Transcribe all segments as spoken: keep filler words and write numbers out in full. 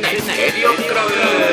内エリオンクラ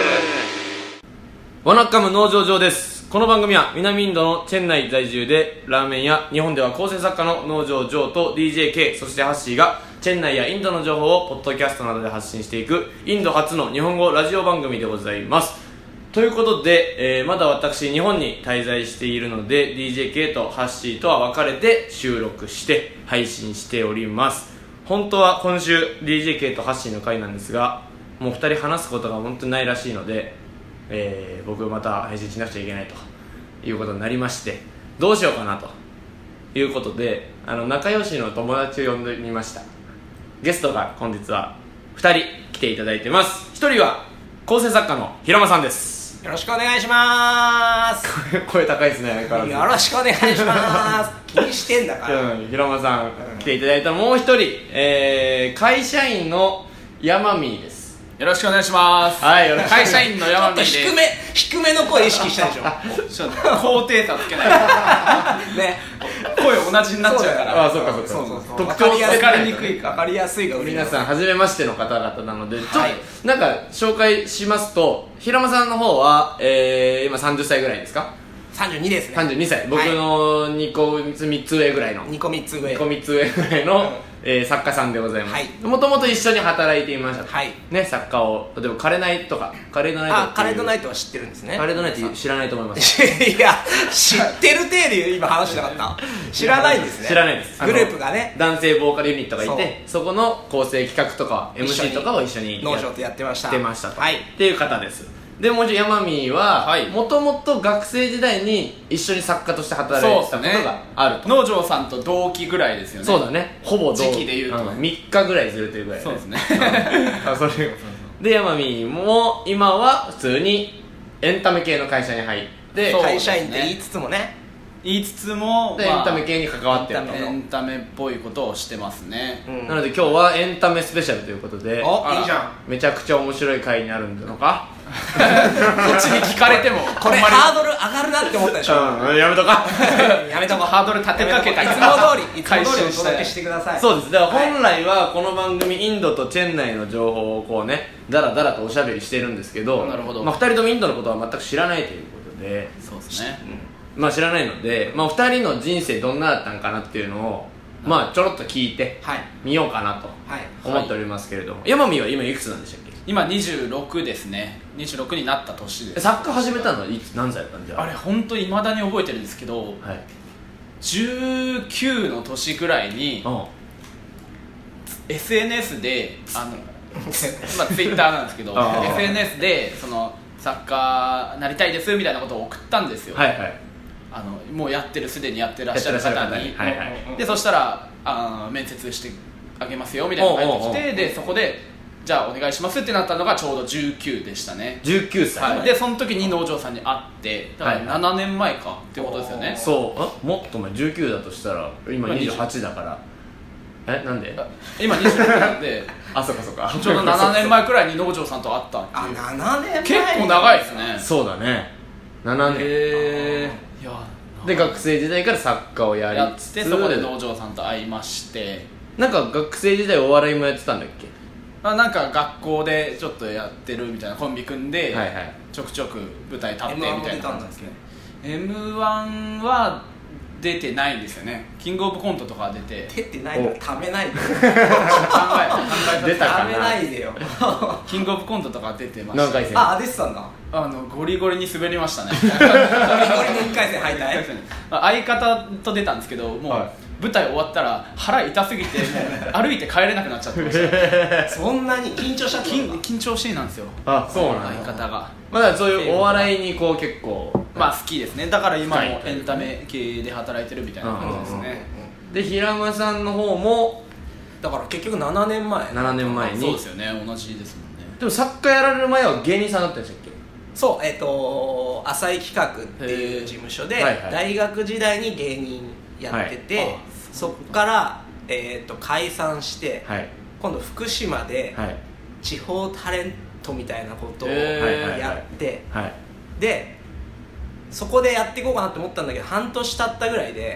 ブ。 ワナッカム農場上です。この番組は南インドのチェン内在住でラーメンや日本では構成作家の農場上と ディージェーケー そしてハッシーがチェン内やインドの情報をポッドキャストなどで発信していくインド初の日本語ラジオ番組でございます。ということで、えー、まだ私日本に滞在しているので ディージェーケー とハッシーとは分かれて収録して配信しております。本当は今週 ディージェーケー とハッシーの回なんですが、もうふたり話すことが本当にないらしいので、えー、僕また配信しなくちゃいけないということになりまして、どうしようかなということで、あの仲良しの友達を呼んでみました。ゲストが本日はふたり来ていただいてます。ひとりは構成作家の平間さんです。 よろしくお願いしまーす。 声高いですね。 よろしくお願いしまーす。気にしてんだから、 うん、平間さん、うん、来ていただいたもう一人、えー、会社員のヤマミーです。 よろしくお願いします。 はい、よろしく。 会社員のヤマミーです。 ちょっと低め低めの声意識したでしょ。 ちょっと高低差つけないね、 声同じになっちゃうから。 あ、そうかそうか。 そうそうそう、 特徴分かりにくいか。 分かりやすいが売り。 皆さん初めましての方々なので、ちょっと、 はい、 なんか紹介しますと、平間さんの方は、えー、今さんじゅっさいぐらいですか？ さんじゅうにですね。 さんじゅうにさい、僕のにこみっつ上ぐらいのにこみっつ上にこみっつ上ぐらいの、うん、えー、作家さんでございます。もともと一緒に働いていました、 はいね、作家を。例えばカレナイトとかカレードナイトっていう、 あ、カレードナイトは知ってるんですね。 カレードナイト知らないと思います。 いや、知ってる体で今話してなかった。知らないんですね。 知らないです。 グループがね、 男性ボーカルユニットがいて、 そ, そこの構成企画とか エムシー とかを一緒に農場とやってましたってましたと、 はい、 っていう方です。でもう一度ヤマミーはもともと学生時代に一緒に作家として働いてたことがあると、 ね、農場さんと同期ぐらいですよね。 そうだね、ほぼ同時期でいうと、 うん、みっかぐらいずれてるぐらい、ね、 そうですね。 あ、それでヤマミーも今は普通にエンタメ系の会社に入って、 会社員って言いつつもね、 言いつつも、 まあ、エンタメ系に関わってると。 エンタメっぽいことをしてますね、 うん、 なので今日はエンタメスペシャルということで、 お、いいじゃん。 めちゃくちゃ面白い回になるのかこっちに聞かれてもこれハードル上がるなって思ったでしょ。 うん、やめとかやめとこハードル立てかけた。 いつも通りいつも通りお届けしてください。 そうです。だから本来はこの番組インドとチェン内の情報をこうね、だらだらとおしゃべりしてるんですけど、 なるほど、 まあ、ふたりともインドのことは全く知らないということで、 そうですね、 うん、まあ知らないので、まあ、ふたりの人生どんなだったんかなっていうのを、まあちょろっと聞いてみようかなと思っておりますけれども、ヤマミーは今いくつなんでしたっけ？ 今にじゅうろくですね。にじゅうろくになった年です。 作家始めたのはいつ、何歳だったんじゃ？ あれ本当に未だに覚えてるんですけど、はい、じゅうきゅうの年ぐらいに、うん、エスエヌエス であのまあツイッターなんですけどエスエヌエス でその作家なりたいですみたいなことを送ったんですよ。 はいはい、 あのもうやってる、すでにやってらっしゃる方に、 はいはい、 でそしたらあ面接してあげますよみたいなのが返ってきて、でそこでじゃあお願いしますってなったのがちょうどじゅうきゅうでしたね。 じゅうきゅうさい、 はい、でその時に農場さんに会って、だからななねんまえかってことですよね。 そうあ、もっと前じゅうきゅうだとしたら今にじゅうはちだから、え、なんで今にじゅうろくなんであ、そっかそっか、 ちょうどななねんまえくらいに農場さんと会ったっていう。 あ、ななねんまえ、 結構長いですね。 そうだね、ななねん。 へー、いやで学生時代から作家をやりつつ、 やって、そこで農場さんと会いまして、 なんか学生時代お笑いもやってたんだっけ？ あ、なんか学校でちょっとやってるみたいなコンビ組んで、 はいはい、 ちょくちょく舞台立ってみたいな感じですね。 エムワン は出てないんですよね。キングオブコントとか出て出てないのためないで考え考え出たかな、 ためないでよキングオブコントとか出てました。 何回戦？ あ、出てたんだ。 あのゴリゴリに滑りましたねゴリゴリのいっかい戦敗退相方と出たんですけど、もう、はい、舞台終わったら腹痛すぎて歩いて帰れなくなっちゃってましたそんなに緊張しちゃったのか？ 緊張しいなんですよ。 あ、そうなんだ。 相方がまだそういうお笑いにこう結構まあ好きですね。だから今もエンタメ系で働いてるみたいな感じですね。 で平間さんの方もだから結局ななねんまえななねんまえに。 そうですよね、同じですもんね。 でも作家やられる前は芸人さんだったんでしたっけ？ そう、えっ、ー、と浅井企画っていう事務所で、はいはい、大学時代に芸人やってて、はい、そっから、えー、と解散して、はい、今度福島で地方タレントみたいなことをやって、でそこでやっていこうかなって思ったんだけど、半年経ったぐらいで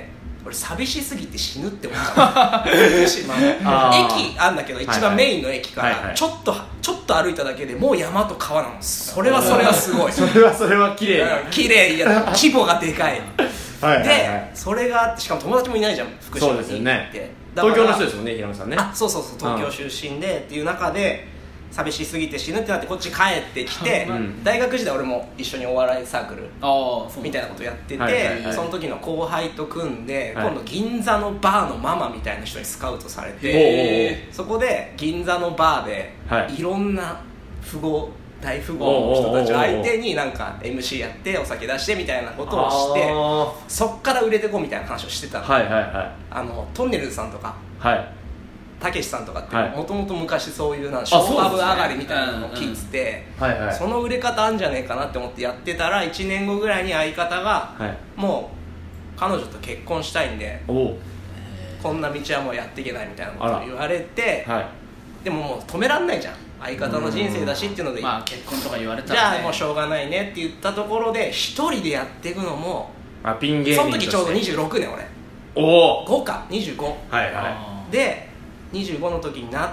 俺寂しすぎて死ぬって思っちゃう福島の駅あんだけど一番メインの駅からちょっとちょっと歩いただけでもう山と川なの。それはそれはすごいそれはそれは綺麗な綺麗いや規模がでかいはいはい、はい、 でそれがあってしかも友達もいないじゃん福島に行って。 そうですよね。東京の人ですもんね平野さんね。 あそうそうそう東京出身でっていう中で寂しすぎて死ぬってなってこっち帰ってきて、うん、大学時代俺も一緒にお笑いサークルみたいなことやってて、はいはいはい、その時の後輩と組んで、はい、今度銀座のバーのママみたいな人にスカウトされて、そこで銀座のバーで、はい、いろんな富豪大富豪の人たちを相手になんか エムシー やってお酒出してみたいなことをしてそっから売れてこうみたいな話をしてたの、 はいはいはい、 あのトンネルズさんとか、 はいたけしさんとかってもともと昔そういうなショーアブ上がりみたいなのを聞いてて、その売れ方あんじゃねえかなって思ってやってたらいちねんごぐらいに相方が、はい、もう彼女と結婚したいんでこんな道はもうやっていけないみたいなことを言われて、はい、でももう止めらんないじゃん相方の人生だしっていうので、 まあ、結婚とか言われたら、ね、 じゃあもうしょうがないねって言ったところで一人でやっていくのもあピン芸人その時ちょうどにじゅうろくねん俺おごかにじゅうご、 はいはい、 でにじゅうごの時になって、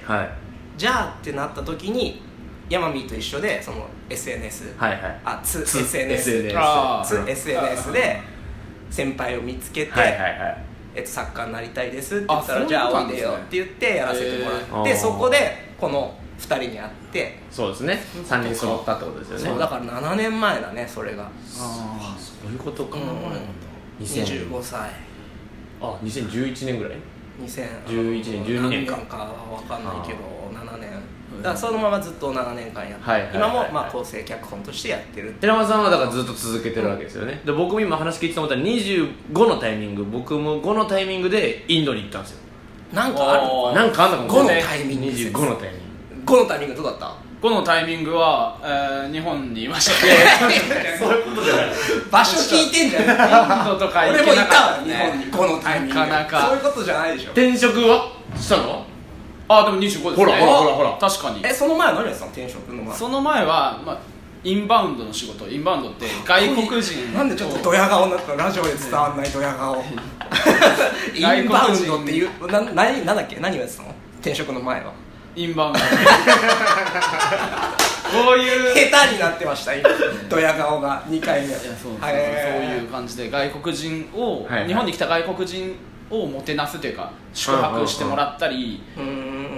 はい、じゃあってなった時にヤマミーと一緒でその エスエヌエス、 はいはい、 あつ エスエヌエスエスエヌエス で先輩を見つけて、はいはいはいえっと、作家になりたいですって言ったらじゃあおいでよって言ってやらせてもらって、そこでこのふたりに会ってそうですねさんにん揃ったってことですよね。 そうだからななねんまえだねそれが。 あそういうことか、うん、 にじゅうごさいあにせんじゅういちねんぐらいにせんじゅういちねんじゅうにねんか何年かは分かんないけどななねんだからそのままずっとななねんかんやって、はいはいはいはい、今もまあ構成脚本としてやってる。 寺間さんはだからずっと続けてるわけですよね、うん、で僕も今話聞いてた思ったらにじゅうごのタイミング僕もごのタイミングでインドに行ったんですよ。 なんかあるのなんかあんのかもごのタイミングにじゅうごのタイミングごのタイミングどうだった？ ごのタイミングは、えー、日本にいましたねそういうことじゃない場所聞いてんじゃんインドとか行けなかった、ね、 俺も行ったわ日本にごのタイミングなかなかそういうことじゃないでしょ。 転職はしたの？ あでもにじゅうごですね。 ほらほらほらほら確かに。 えその前は何やってたの？転職の前その前は、まあ、インバウンドの仕事。インバウンドって外国人なんでちょっとドヤ顔になったの？ラジオで伝わんないドヤ顔インバウンドっていうな何なんだっけ何をやってたの？転職の前はインバウンドこういう下手になってました今ドヤ顔がにかいめ。いやそうそう、はい、そういう感じで外国人を、はいはい、日本に来た外国人をもてなすというか宿泊してもらったり、うん、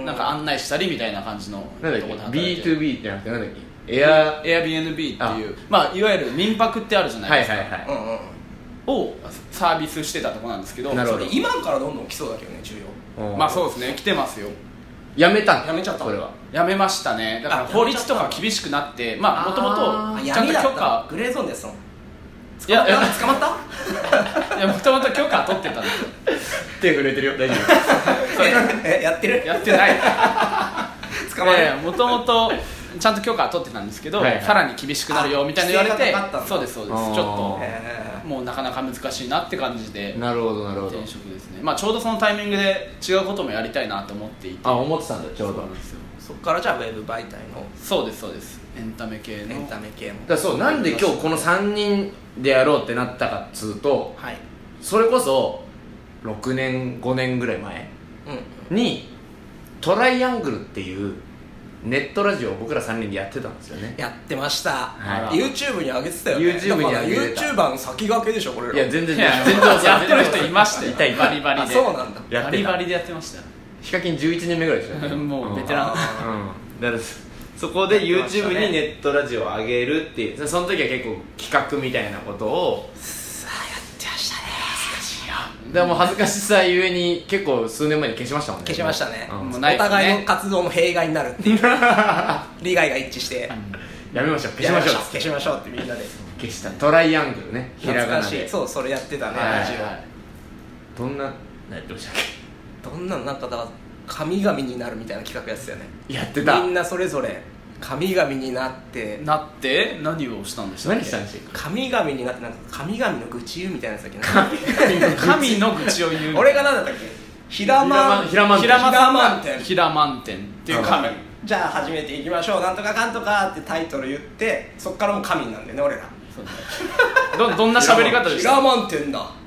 なんか案内したりみたいな感じのなんだっけ ビーツービー ってなくてなんだっけエアエアビーエヌビー っていうまあいわゆる民泊ってあるじゃないですか、 はいはいはいうんうん、 をサービスしてたとこなんですけど、 なるほど今からどんどん来そうだけどね需要。 まあそうですね来てますよ。 やめたやめちゃった。 これはやめましたね。だから法律とか厳しくなってまあもともとちゃんと許可グレーゾーンですもん。 いや捕まったいやもともと許可取ってたんですよ手震えてるよ大丈夫えやってるやってない捕まるもともとちゃんと許可は取ってたんですけど、はいはい、さらに厳しくなるよみたいな言われてそうですそうですちょっともうなかなか難しいなって感じでなるほどなるほど転職ですね。まあちょうどそのタイミングで違うこともやりたいなと思っていてあ思ってたんだちょうどそうなんですよ。 そっからじゃあウェブ媒体のそうですそうですエンタメ系のエンタメ系のだそうなんで今日このさんにんでやろうってなったかっつうと、 はい、 それこそろくねんごねんぐらい前に、うん、トライアングルっていうネットラジオを僕らさんにんでやってたんですよね。 やってました、 はい、 YouTube に上げてたよね。 YouTube に上げてた YouTuber の先駆けでしょこれら。 いや全然いや全然やってる人いましたよ。いたいたバリバリで。 そうなんだバリバリでやってましたよ。 ヒカキンじゅういちねんめぐらいでしたねもうベテラン、うん、 だからそこで YouTube にネットラジオを上げるっていうその時は結構企画みたいなことをさあやってましたね。恥ずかしいよ。 でも恥ずかしさゆえに結構数年前に消しましたもんね。 消しましたね、うん、 もうお互いの活動の弊害になるっていう利害が一致してやめましょう消しましょう消しましょうってみんなで消したトライアングルねひらがなでそうそれやってたね、 はいはいはい、どんな何やってましたっけ。 どんなのなんかだから神々になるみたいな企画やってたよね。 やってた。 みんなそれぞれ神々になってなって何をしたんでしたっけ。 何したんでしたっけ。 神々になってなんか神々の愚痴言うみたいなやつだっけ神の愚痴を言う俺が何だったっけ。ひらまんひらまんひらまんてんひらまんてんっていう神。 じゃあ始めていきましょうなんとかかんとかってタイトル言ってそっからもう神なんだよね俺ら。 そうねどどんな喋り方でした。 ひらまんてんだ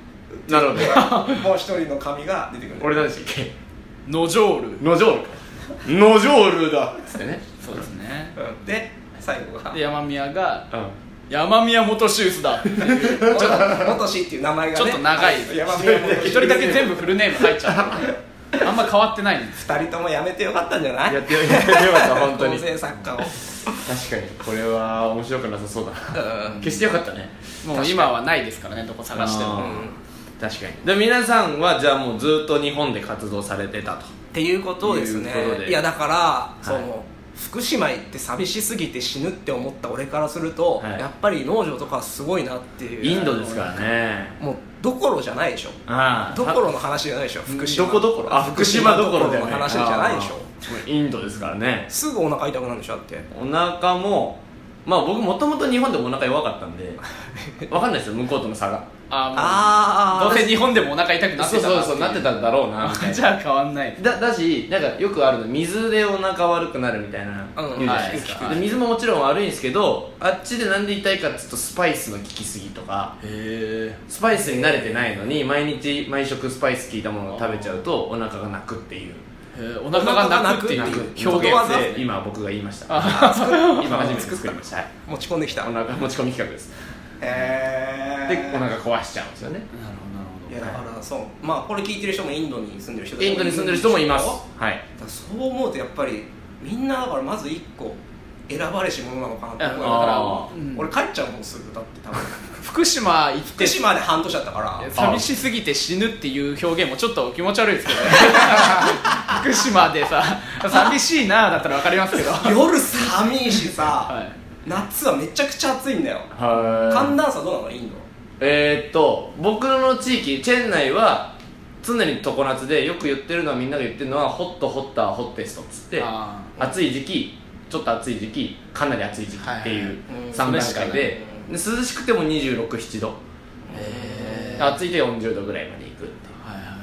っていうのでもう一人の神が出てくる。 俺何でしたっけ？ ノジョール。 ノジョールかノジョールだっつってね。 そうですね、 うん、で最後がで山宮が、 うん、 山宮元シュースだっていうちょっと元氏っていう名前がねちょっと長い山宮元氏一人だけ全部フルネーム入っちゃうあんま変わってないんです。 二人ともやめてよかったんじゃない？ やってよかった本当に。 構成作家を確かにこれは面白くなさそうだな消してよかったね。 もう今はないですからね、どこ探しても。 確かに。で皆さんはじゃあもうずっと日本で活動されてたとっていうことですね。いやだから、はい、その福島行って寂しすぎて死ぬって思った俺からすると、はい、やっぱり農場とかすごいなっていう。 インドですからね。 もうどころじゃないでしょ。あどころの話じゃないでしょ。福島どこどころあ福島どころの話じゃないでしょ。 インドですからね。 すぐお腹痛くなるんでしょ。だってお腹もまあ僕もともと日本でもお腹弱かったんで分かんないですよ向こうとの差が。 ああどうせ日本でもお腹痛くなってたそうそうそうなってたんだろうなみたいな。 じゃあ変わんないだだしなんかよくあるの水でお腹悪くなるみたいな言うじゃないですか、うんはい、で水ももちろん悪いんですけどあっちでなんで痛いかっていうとスパイスの効きすぎとかへスパイスに慣れてないのに毎日毎食スパイス効いたものを食べちゃうとお腹が鳴くっていう。 お腹が鳴くっていう表現で今僕が言いました。今初めて作りました、はい、 持ち込んできたお腹持ち込み企画です。 へでお腹壊しちゃうんですよね。 なるほどなるほど。いやだからそうまあこれ聞いてる人もインドに住んでる人インドに住んでる人もいます。はい。 そう思うとやっぱりみんなだからまず一個選ばれし者なのかなって思う。だから、うん、俺帰っちゃうもんすぐだって多分福島行って福島で半年だったから寂しすぎて死ぬっていう表現もちょっと気持ち悪いですけどね福島でさ寂しいなだったら分かりますけど夜寒いしさ、はい、夏はめちゃくちゃ暑いんだよ。寒暖差どうなのインド？ えー、っと僕の地域チェンナイは常に常夏でよく言ってるのはみんなが言ってるのはホットホッターホッテストっつって暑い時期ちょっと暑い時期かなり暑い時期っていうさん段階で涼しくてもにじゅうろく、ななど暑いとよんじゅうどぐらいまで行くっていう、はいはい、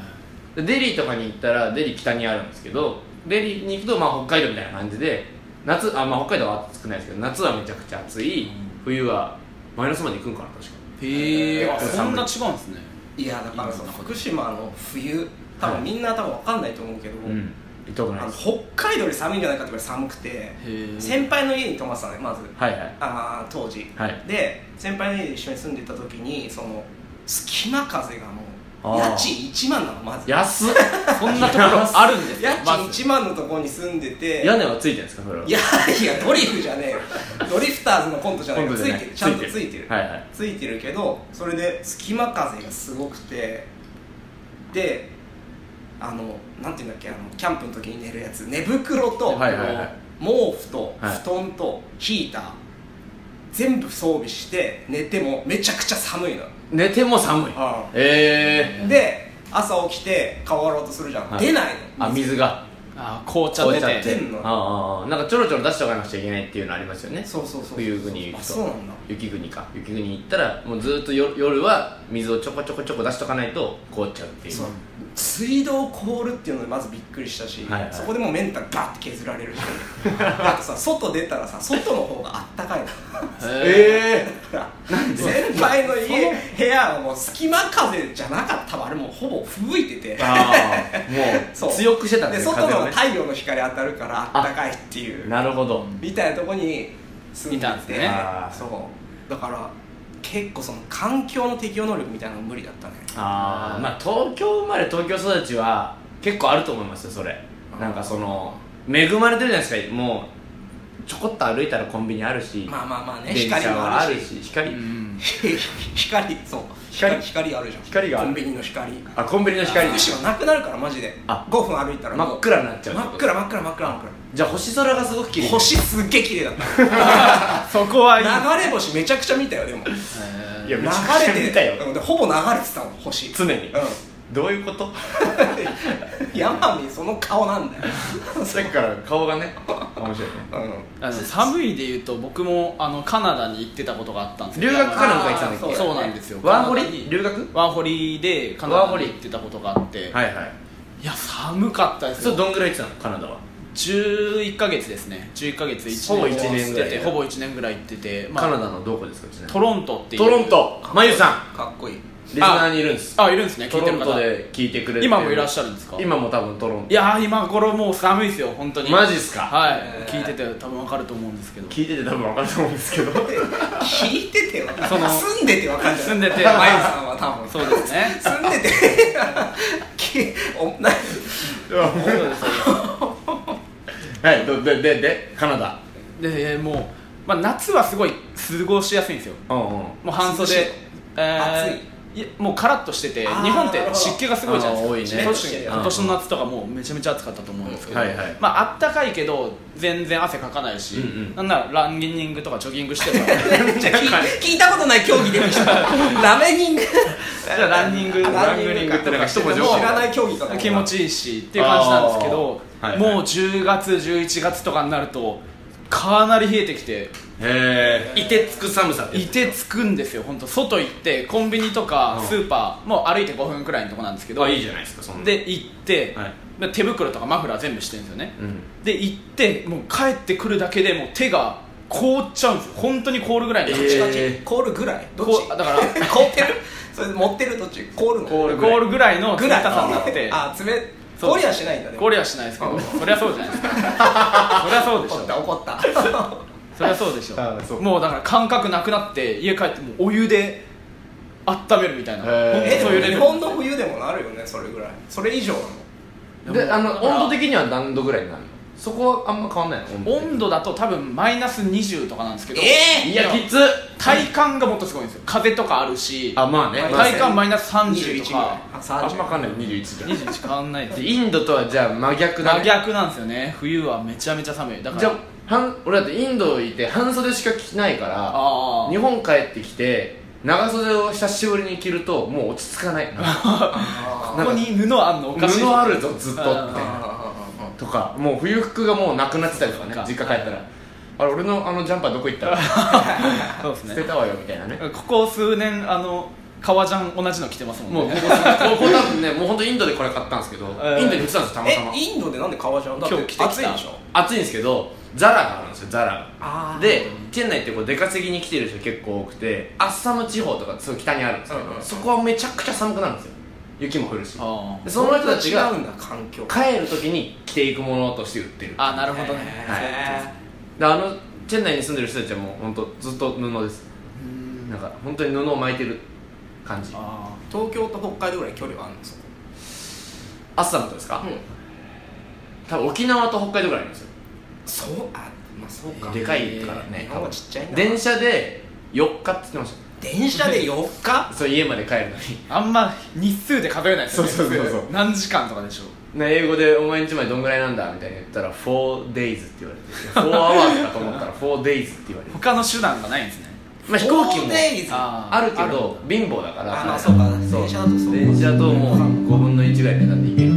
でデリーとかに行ったらデリー北にあるんですけどデリーに行くとまあ北海道みたいな感じで夏あ、まあ、北海道は暑くないですけど夏はめちゃくちゃ暑い、うん、冬はマイナスまで行くんかな確か。 へえそんな違うんですね。 いやだからその福島の冬多分みんな多分分かんないと思うけど、うんあの北海道より寒いんじゃないかってぐらい寒くて先輩の家に泊まってたのねまず、はいはい、あ当時、はい、で先輩の家で一緒に住んでた時にその隙間風がもう家賃いちまんなのまず安っそんなところあるんですか？家賃いちまんのところに住んでて屋根はついてるんですかそれは？ いやいやドリフじゃねえよドリフターズのコントじゃないけどついてるちゃんとついてる、はいはい、ついてるけどそれで隙間風がすごくてであのなんていうんだっけあのキャンプの時に寝るやつ寝袋と、はいはいはい、毛布と布団とヒーター、はい、全部装備して寝てもめちゃくちゃ寒いの。 寝ても寒い。 ああえー、で朝起きて顔洗おうとするじゃん、はい、出ないのあ水があ紅茶出て出てんの。 ああなんかちょろちょろ出しておかなくちゃいけないっていうのありますよね。 そうそうそう冬国行くと。 そうなんだ。 雪国か雪国行ったらもうずっとよ夜は水をちょこちょこちょこ出しとかないと凍っちゃうっていう。 そう水道凍るっていうのでまずびっくりしたし、はいはい、そこでもうメンタルガッて削られるしあとさ外出たらさ外の方があったかいのえー、先輩の家部屋はもう隙間風じゃなかったわあれもうほぼ吹雪いててあもう強くしてたんですね。で外の太陽の光当たるからあったかいっていうなるほどみたいなとこに住んでて、 ね、 そうだから結構その環境の適応能力みたいなの無理だったね。 ああまあ東京生まれ東京育ちは結構あると思いますよそれ。なんかその恵まれてるじゃないですか。もうちょこっと歩いたらコンビニあるしまあまあまあね電車はあるし光うん光そう光光あるじゃん光がコンビニの光あコンビニの光福島なくなるからマジであごふん歩いたら真っ暗になっちゃう真っ暗真っ暗真っ暗真っ暗じゃあ星空がすごく綺麗星すっげえ綺麗だったそこはいい流れ星めちゃくちゃ見たよでもいや流れて見たよほぼ流れてたもん星常に、うん、どういうこと山見その顔なんだよさっきから顔がね面白いね、 うん、あの寒いでいうと僕もあのカナダに行ってたことがあったんです留学かなんか行ってたんだっけ。 そうなんですよ。 ワンホリ留学ワンホリでカナダに行ってたことがあってはいはいいや寒かったですよ。 それどんぐらい行ってたのカナダは？ じゅういっかげつですね。じゅういっかげついちねんほぼいちねんぐらいほぼいちねんぐらい行ってて、 まあ、カナダのどこですか？ トロントっていうトロントまゆさんかっこいいリスナーにいるんです。 あ、いるんですね。 トロントで聞いてくれてる。 今もいらっしゃるんですか？ 今も多分トロント。 いやー、今頃もう寒いですよ、本当に。 マジっすか？ はい、聞いてて多分分かると思うんですけど。 聞いてて多分分かると思うんですけど聞いてて分かる。 その住んでて分かる。 住んでて、 まゆさんは多分そうですね。 住んでてきおなそうですはいででででカナダで、もう、まあ、夏はすごい過ごしやすいんですよ。 うんうん、 もう半袖、えー、暑い。いや、もうカラッとしてて、日本って湿気がすごいじゃないですか。 多いね。 今年の夏とかもうめちゃめちゃ暑かったと思うんですけど、 はいはい、 まああったかいけど全然汗かかないし、うんうん、なんならランニングとかジョギングしてもじゃ聞, 聞いたことない競技出てきたラメニングじゃあランニングランニングってなんか一文字知らない競技かと気持ちいいしっていう感じなんですけど、はいはい、もうじゅうがつじゅういちがつとかになるとかなり冷えてきて、 へー、いてつく寒さっていてつくんですよ。本当外行ってコンビニとかスーパーもう歩いてごふんくらいのとこなんですけど、 あ、いいじゃないですか。そんなで行って、はい、手袋とかマフラー全部してるんですよね、うん、で行ってもう帰ってくるだけでもう手が凍っちゃうんですよ。本当に凍るぐらいの、 えー、凍るぐらいどっちだから凍ってるそれ持ってる途中凍るの凍るぐらい、凍るぐらいの冷たさになってあ、冷凍りはしないんだね。 凍りはしないですけど、そりゃそうじゃないですかそりゃそうでしょ。 怒った怒ったそりゃそうでしょ。もうだから感覚なくなって家帰ってもうお湯で温めるみたいな。 え、そういうレベル。日本の冬でもなるよね、それぐらい。それ以上なので、あの温度的には何度ぐらいになるの？そこはあんま変わんないの？ 温度だと多分マイナスにじゅうとかなんですけど、 えー、いやきつ。 体感がもっとすごいんですよ。風とかあるし、 あ、まあね、 体感マイナスさんじゅうとか、 あんま変わんない。にじゅういちじゃん。 にじゅういち変わんないです。 インドとはじゃあ真逆だね。 真逆なんですよね。冬はめちゃめちゃ寒い。だからじゃあ半俺だってインドいて半袖しか着ないから、日本帰ってきて長袖を久しぶりに着るともう落ち着かないここに布あんのおかしい。 布あるぞずっとみたいなとか、もう冬服がもうなくなってたりとかね、実家帰ったらあれ俺のあのジャンパーどこ行ったそうですね、捨てたわよみたいなね。 ここ数年あの革ジャン同じの着てますもんね。 もうここ多分ね、もう本当インドでこれ買ったんですけど、インドに売ってたんですたまたま。 え、インドでなんで革ジャンだって？ 今日着てきた。 暑いでしょ？ 暑いんですけどザラがあるんですよ、ザラが。でチェンナイってこう出稼ぎに来てる人結構多くて、アッサム地方とかすごい北にあるんですけど、うんうん、そこはめちゃくちゃ寒くなるんですよ。雪も降るし、でその人たちが帰るときに着ていくものとして売ってる。 あ、なるほどね。 はい、であのチェンナイに住んでる人たちはもう本当ずっと布です。んなんか本当に布を巻いてる感じ。 あ、東京と北海道ぐらい距離はあるんですか？ アッサムとですか？うん、多分沖縄と北海道ぐらいあるんですよ。 そう、あ、まあそうか。 でかいからね。 日本はちっちゃいな。 電車でよっかって言ってました。 電車でよっか？ そう、家まで帰るのにあんま日数で数えないですよね。 そうそうそうそう、 何時間とかでしょ。 英語でお前んちまでどんぐらいなんだみたいに言ったら フォーデイズ って言われてフォーアワーズかと思ったら フォーデイズ って言われて他の手段がないんですね。 まあ飛行機もあるけど貧乏だから、 あ、まあそうか、電車だとそう、 電車だともうごぶんのいちぐらいでなんで行ける